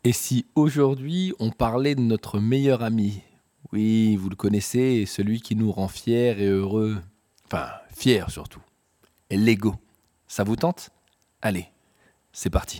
Et si aujourd'hui on parlait de notre meilleur ami? Oui, vous le connaissez, celui qui nous rend fiers et heureux. Enfin, fiers surtout. Et l'ego. Ça vous tente? Allez, c'est parti.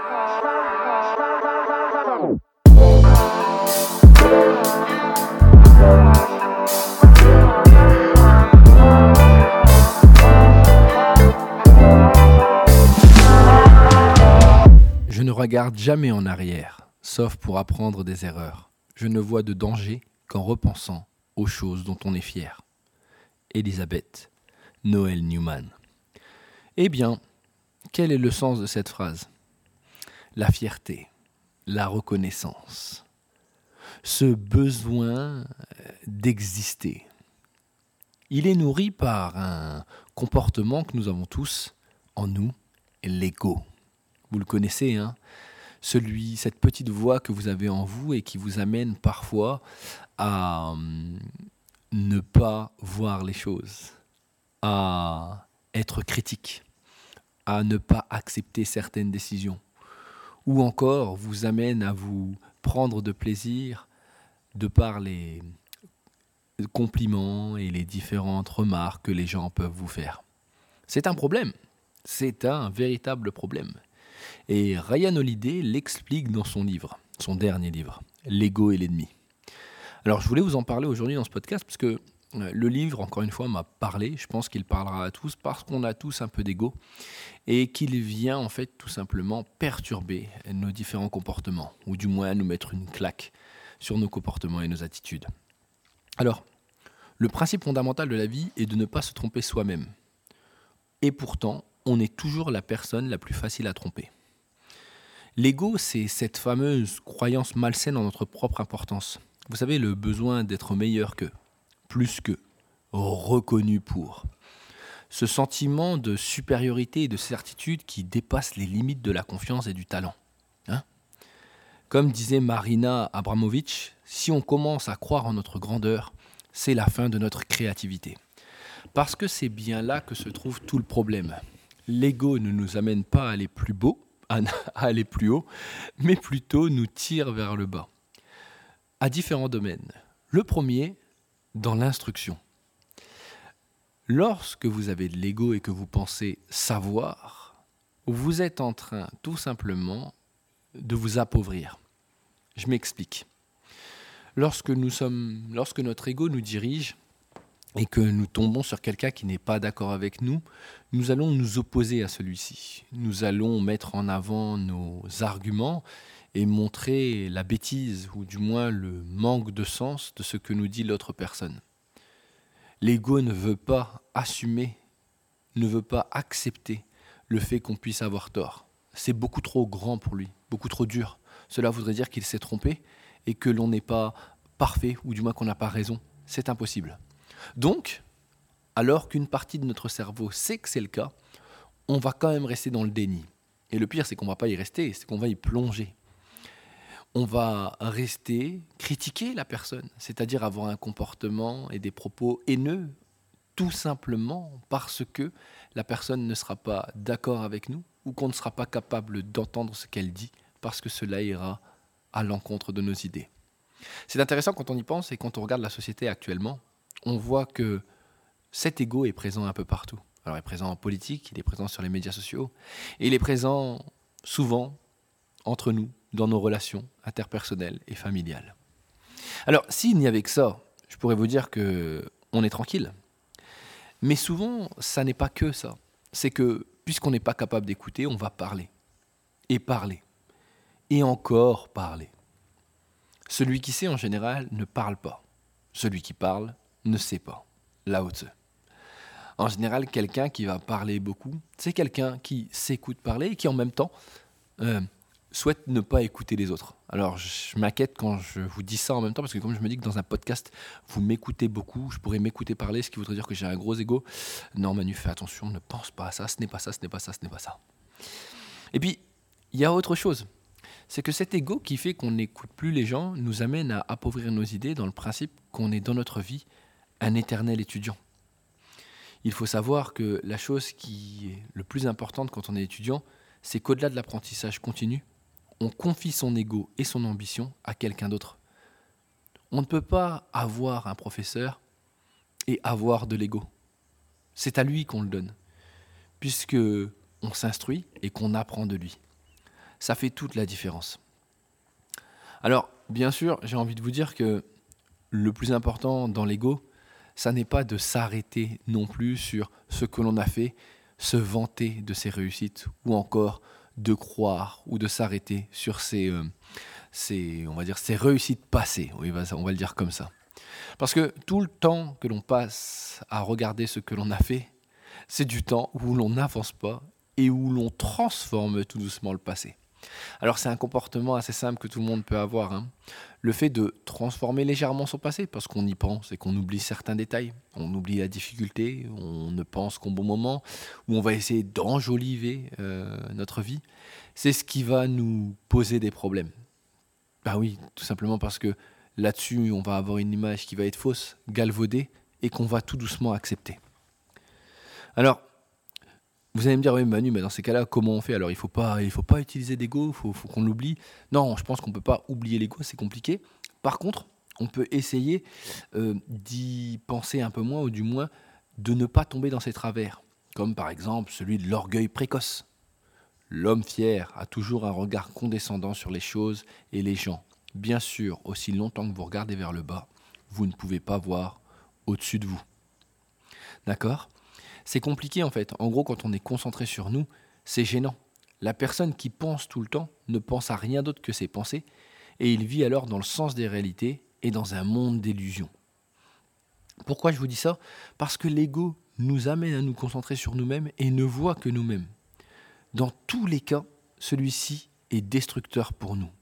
Je ne regarde jamais en arrière, sauf pour apprendre des erreurs. Je ne vois de danger qu'en repensant aux choses dont on est fier. Elisabeth Noël Newman. Eh bien, quel est le sens de cette phrase? La fierté, la reconnaissance, ce besoin d'exister. Il est nourri par un comportement que nous avons tous en nous, l'ego. Vous le connaissez, hein? Cette petite voix que vous avez en vous et qui vous amène parfois à ne pas voir les choses, à être critique, à ne pas accepter certaines décisions, ou encore vous amène à vous prendre de plaisir de par les compliments et les différentes remarques que les gens peuvent vous faire. C'est un problème, c'est un véritable problème. Et Ryan Holiday l'explique dans son livre, son dernier livre, L'ego et l'ennemi. Alors je voulais vous en parler aujourd'hui dans ce podcast parce que le livre, encore une fois, m'a parlé. Je pense qu'il parlera à tous parce qu'on a tous un peu d'ego et qu'il vient en fait tout simplement perturber nos différents comportements ou du moins nous mettre une claque sur nos comportements et nos attitudes. Alors, le principe fondamental de la vie est de ne pas se tromper soi-même. Et pourtant, on est toujours la personne la plus facile à tromper. L'ego, c'est cette fameuse croyance malsaine en notre propre importance. Vous savez, le besoin d'être meilleur que, plus que, reconnu pour. Ce sentiment de supériorité et de certitude qui dépasse les limites de la confiance et du talent. Hein? Comme disait Marina Abramovic, si on commence à croire en notre grandeur, c'est la fin de notre créativité. Parce que c'est bien là que se trouve tout le problème. L'ego ne nous amène pas à aller plus beau, à aller plus haut, mais plutôt nous tire vers le bas. À différents domaines. Le premier, dans l'instruction. Lorsque vous avez de l'ego et que vous pensez savoir, vous êtes en train tout simplement de vous appauvrir. Je m'explique. Lorsque notre ego nous dirige et que nous tombons sur quelqu'un qui n'est pas d'accord avec nous, nous allons nous opposer à celui-ci. Nous allons mettre en avant nos arguments et montrer la bêtise ou du moins le manque de sens de ce que nous dit l'autre personne. L'ego ne veut pas assumer, ne veut pas accepter le fait qu'on puisse avoir tort. C'est beaucoup trop grand pour lui, beaucoup trop dur. Cela voudrait dire qu'il s'est trompé et que l'on n'est pas parfait ou du moins qu'on n'a pas raison. C'est impossible. Donc, alors qu'une partie de notre cerveau sait que c'est le cas, on va quand même rester dans le déni. Et le pire, c'est qu'on ne va pas y rester, c'est qu'on va y plonger. On va rester, critiquer la personne, c'est-à-dire avoir un comportement et des propos haineux, tout simplement parce que la personne ne sera pas d'accord avec nous ou qu'on ne sera pas capable d'entendre ce qu'elle dit parce que cela ira à l'encontre de nos idées. C'est intéressant quand on y pense et quand on regarde la société actuellement, on voit que cet ego est présent un peu partout. Alors il est présent en politique, il est présent sur les médias sociaux, et il est présent souvent entre nous, dans nos relations interpersonnelles et familiales. Alors s'il n'y avait que ça, je pourrais vous dire qu'on est tranquille. Mais souvent, ça n'est pas que ça. C'est que puisqu'on n'est pas capable d'écouter, on va parler. Et parler. Et encore parler. Celui qui sait en général ne parle pas. Celui qui parle ne sait pas. Lao Tzu. En général, quelqu'un qui va parler beaucoup, c'est quelqu'un qui s'écoute parler et qui en même temps souhaite ne pas écouter les autres. Alors je m'inquiète quand je vous dis ça en même temps parce que comme je me dis que dans un podcast, vous m'écoutez beaucoup, je pourrais m'écouter parler, ce qui voudrait dire que j'ai un gros ego. Non Manu, fais attention, ne pense pas à ça, ce n'est pas ça, ce n'est pas ça, ce n'est pas ça. Et puis, il y a autre chose. C'est que cet ego qui fait qu'on n'écoute plus les gens nous amène à appauvrir nos idées dans le principe qu'on est dans notre vie un éternel étudiant. Il faut savoir que la chose qui est le plus importante quand on est étudiant, c'est qu'au-delà de l'apprentissage continu, on confie son ego et son ambition à quelqu'un d'autre. On ne peut pas avoir un professeur et avoir de l'ego. C'est à lui qu'on le donne, puisque on s'instruit et qu'on apprend de lui. Ça fait toute la différence. Alors, bien sûr, j'ai envie de vous dire que le plus important dans l'ego, ça n'est pas de s'arrêter non plus sur ce que l'on a fait, se vanter de ses réussites, ou encore de croire ou de s'arrêter sur on va dire, ses réussites passées. Oui, on va le dire comme ça. Parce que tout le temps que l'on passe à regarder ce que l'on a fait, c'est du temps où l'on n'avance pas et où l'on transforme tout doucement le passé. Alors c'est un comportement assez simple que tout le monde peut avoir, hein. Le fait de transformer légèrement son passé, parce qu'on y pense et qu'on oublie certains détails. On oublie la difficulté, on ne pense qu'au bon moment, ou on va essayer d'enjoliver notre vie. C'est ce qui va nous poser des problèmes. Bah oui, tout simplement parce que là-dessus, on va avoir une image qui va être fausse, galvaudée, et qu'on va tout doucement accepter. Alors, vous allez me dire, oui, Manu, mais dans ces cas-là, comment on fait? Alors, il faut pas utiliser d'ego, faut qu'on l'oublie. Non, je pense qu'on ne peut pas oublier l'ego, c'est compliqué. Par contre, on peut essayer d'y penser un peu moins, ou du moins de ne pas tomber dans ses travers, comme par exemple celui de l'orgueil précoce. L'homme fier a toujours un regard condescendant sur les choses et les gens. Bien sûr, aussi longtemps que vous regardez vers le bas, vous ne pouvez pas voir au-dessus de vous. D'accord? C'est compliqué en fait. En gros, quand on est concentré sur nous, c'est gênant. La personne qui pense tout le temps ne pense à rien d'autre que ses pensées, et il vit alors dans le sens des réalités et dans un monde d'illusions. Pourquoi je vous dis ça? Parce que l'ego nous amène à nous concentrer sur nous-mêmes et ne voit que nous-mêmes. Dans tous les cas, celui-ci est destructeur pour nous.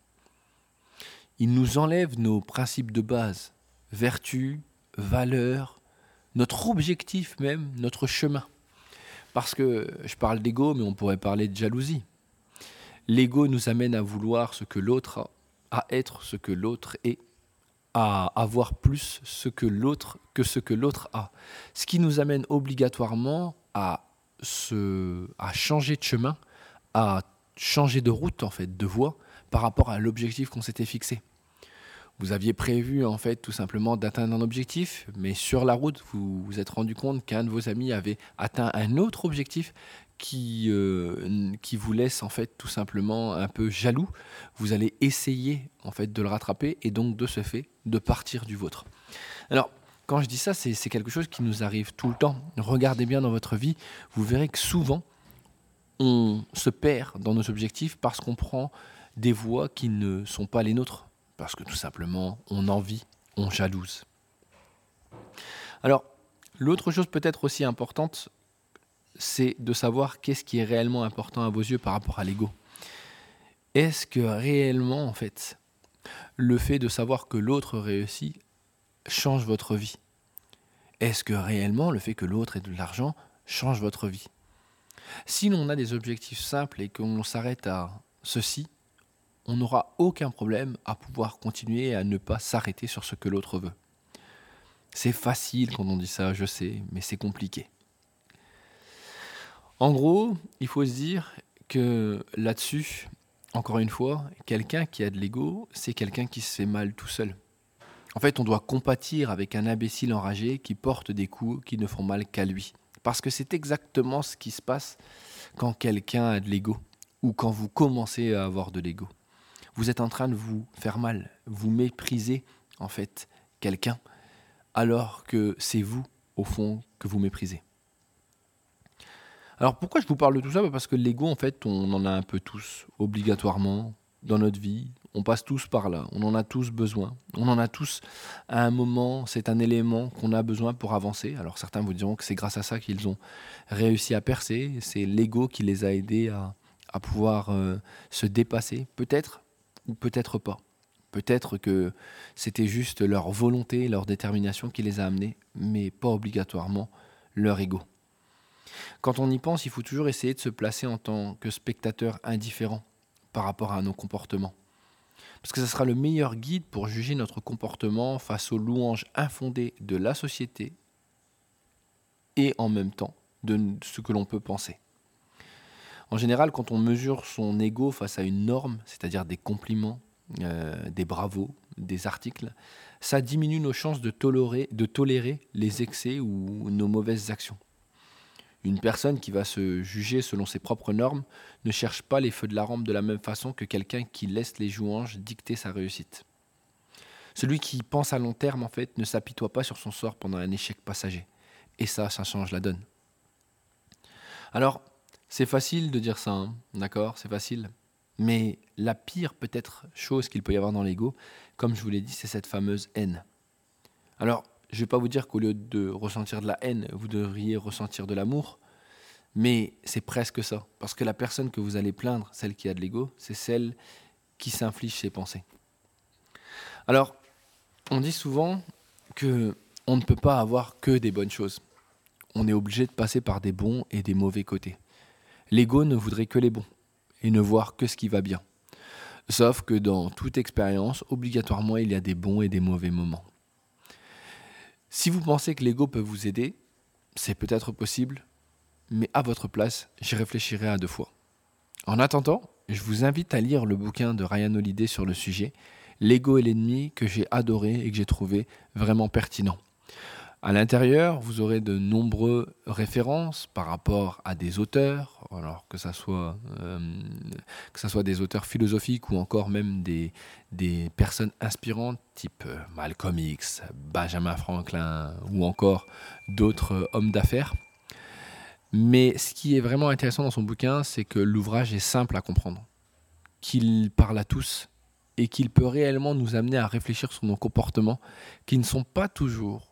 Il nous enlève nos principes de base, vertus, valeurs, notre objectif même, notre chemin. Parce que je parle d'ego, mais on pourrait parler de jalousie. L'ego nous amène à vouloir ce que l'autre a, à être ce que l'autre est, à avoir plus ce que l'autre a. Ce qui nous amène obligatoirement à changer de chemin, à changer de route, en fait, de voie, par rapport à l'objectif qu'on s'était fixé. Vous aviez prévu, en fait, tout simplement d'atteindre un objectif, mais sur la route, vous vous êtes rendu compte qu'un de vos amis avait atteint un autre objectif qui vous laisse, en fait, tout simplement un peu jaloux. Vous allez essayer, en fait, de le rattraper et donc, de ce fait, de partir du vôtre. Alors, quand je dis ça, c'est quelque chose qui nous arrive tout le temps. Regardez bien dans votre vie, vous verrez que souvent, on se perd dans nos objectifs parce qu'on prend des voies qui ne sont pas les nôtres. Parce que tout simplement, on envie, on jalouse. Alors, l'autre chose peut-être aussi importante, c'est de savoir qu'est-ce qui est réellement important à vos yeux par rapport à l'ego. Est-ce que réellement, en fait, le fait de savoir que l'autre réussit change votre vie? Est-ce que réellement, le fait que l'autre ait de l'argent change votre vie? Si l'on a des objectifs simples et qu'on s'arrête à ceci, on n'aura aucun problème à pouvoir continuer et à ne pas s'arrêter sur ce que l'autre veut. C'est facile quand on dit ça, je sais, mais c'est compliqué. En gros, il faut se dire que là-dessus, encore une fois, quelqu'un qui a de l'ego, c'est quelqu'un qui se fait mal tout seul. En fait, on doit compatir avec un imbécile enragé qui porte des coups qui ne font mal qu'à lui. Parce que c'est exactement ce qui se passe quand quelqu'un a de l'ego ou quand vous commencez à avoir de l'ego. Vous êtes en train de vous faire mal, vous méprisez en fait quelqu'un, alors que c'est vous, au fond, que vous méprisez. Alors pourquoi je vous parle de tout ça? Parce que l'ego, en fait, on en a un peu tous, obligatoirement, dans notre vie. On passe tous par là, on en a tous besoin. On en a tous, à un moment, c'est un élément qu'on a besoin pour avancer. Alors certains vous diront que c'est grâce à ça qu'ils ont réussi à percer, c'est l'ego qui les a aidés à pouvoir se dépasser, peut-être, ou peut-être pas. Peut-être que c'était juste leur volonté, leur détermination qui les a amenés, mais pas obligatoirement leur ego. Quand on y pense, il faut toujours essayer de se placer en tant que spectateur indifférent par rapport à nos comportements. Parce que ce sera le meilleur guide pour juger notre comportement face aux louanges infondées de la société et en même temps de ce que l'on peut penser. En général, quand on mesure son ego face à une norme, c'est-à-dire des compliments, des bravos, des articles, ça diminue nos chances de tolérer les excès ou nos mauvaises actions. Une personne qui va se juger selon ses propres normes ne cherche pas les feux de la rampe de la même façon que quelqu'un qui laisse les louanges dicter sa réussite. Celui qui pense à long terme, en fait, ne s'apitoie pas sur son sort pendant un échec passager. Et ça change la donne. Alors, c'est facile de dire ça, hein, d'accord, c'est facile. Mais la pire peut-être chose qu'il peut y avoir dans l'ego, comme je vous l'ai dit, c'est cette fameuse haine. Alors, je ne vais pas vous dire qu'au lieu de ressentir de la haine, vous devriez ressentir de l'amour, mais c'est presque ça. Parce que la personne que vous allez plaindre, celle qui a de l'ego, c'est celle qui s'inflige ses pensées. Alors, on dit souvent qu'on ne peut pas avoir que des bonnes choses. On est obligé de passer par des bons et des mauvais côtés. L'ego ne voudrait que les bons et ne voir que ce qui va bien. Sauf que dans toute expérience, obligatoirement, il y a des bons et des mauvais moments. Si vous pensez que l'ego peut vous aider, c'est peut-être possible, mais à votre place, j'y réfléchirai à 2 fois. En attendant, je vous invite à lire le bouquin de Ryan Holiday sur le sujet, L'ego est l'ennemi, que j'ai adoré et que j'ai trouvé vraiment pertinent. À l'intérieur, vous aurez de nombreuses références par rapport à des auteurs, alors que ça soit des auteurs philosophiques ou encore même des personnes inspirantes type Malcolm X, Benjamin Franklin ou encore d'autres hommes d'affaires. Mais ce qui est vraiment intéressant dans son bouquin, c'est que l'ouvrage est simple à comprendre, qu'il parle à tous et qu'il peut réellement nous amener à réfléchir sur nos comportements qui ne sont pas toujours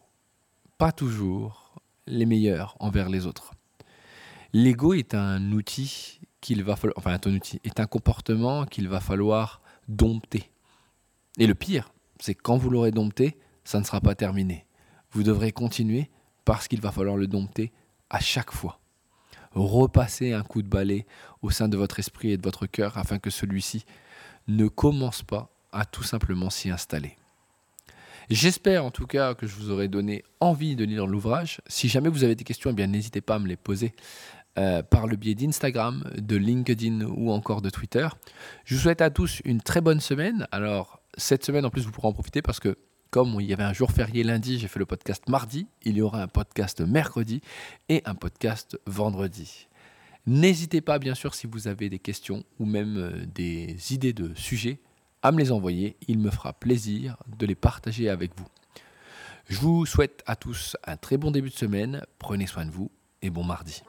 les meilleurs envers les autres. L'ego est un outil est un comportement qu'il va falloir dompter. Et le pire, c'est que quand vous l'aurez dompté, ça ne sera pas terminé. Vous devrez continuer parce qu'il va falloir le dompter à chaque fois. Repassez un coup de balai au sein de votre esprit et de votre cœur afin que celui-ci ne commence pas à tout simplement s'y installer. J'espère en tout cas que je vous aurai donné envie de lire l'ouvrage. Si jamais vous avez des questions, eh bien, n'hésitez pas à me les poser par le biais d'Instagram, de LinkedIn ou encore de Twitter. Je vous souhaite à tous une très bonne semaine. Alors, cette semaine, en plus, vous pourrez en profiter parce que comme il y avait un jour férié lundi, j'ai fait le podcast mardi, il y aura un podcast mercredi et un podcast vendredi. N'hésitez pas, bien sûr, si vous avez des questions ou même des idées de sujets, à me les envoyer. Il me fera plaisir de les partager avec vous. Je vous souhaite à tous un très bon début de semaine. Prenez soin de vous et bon mardi.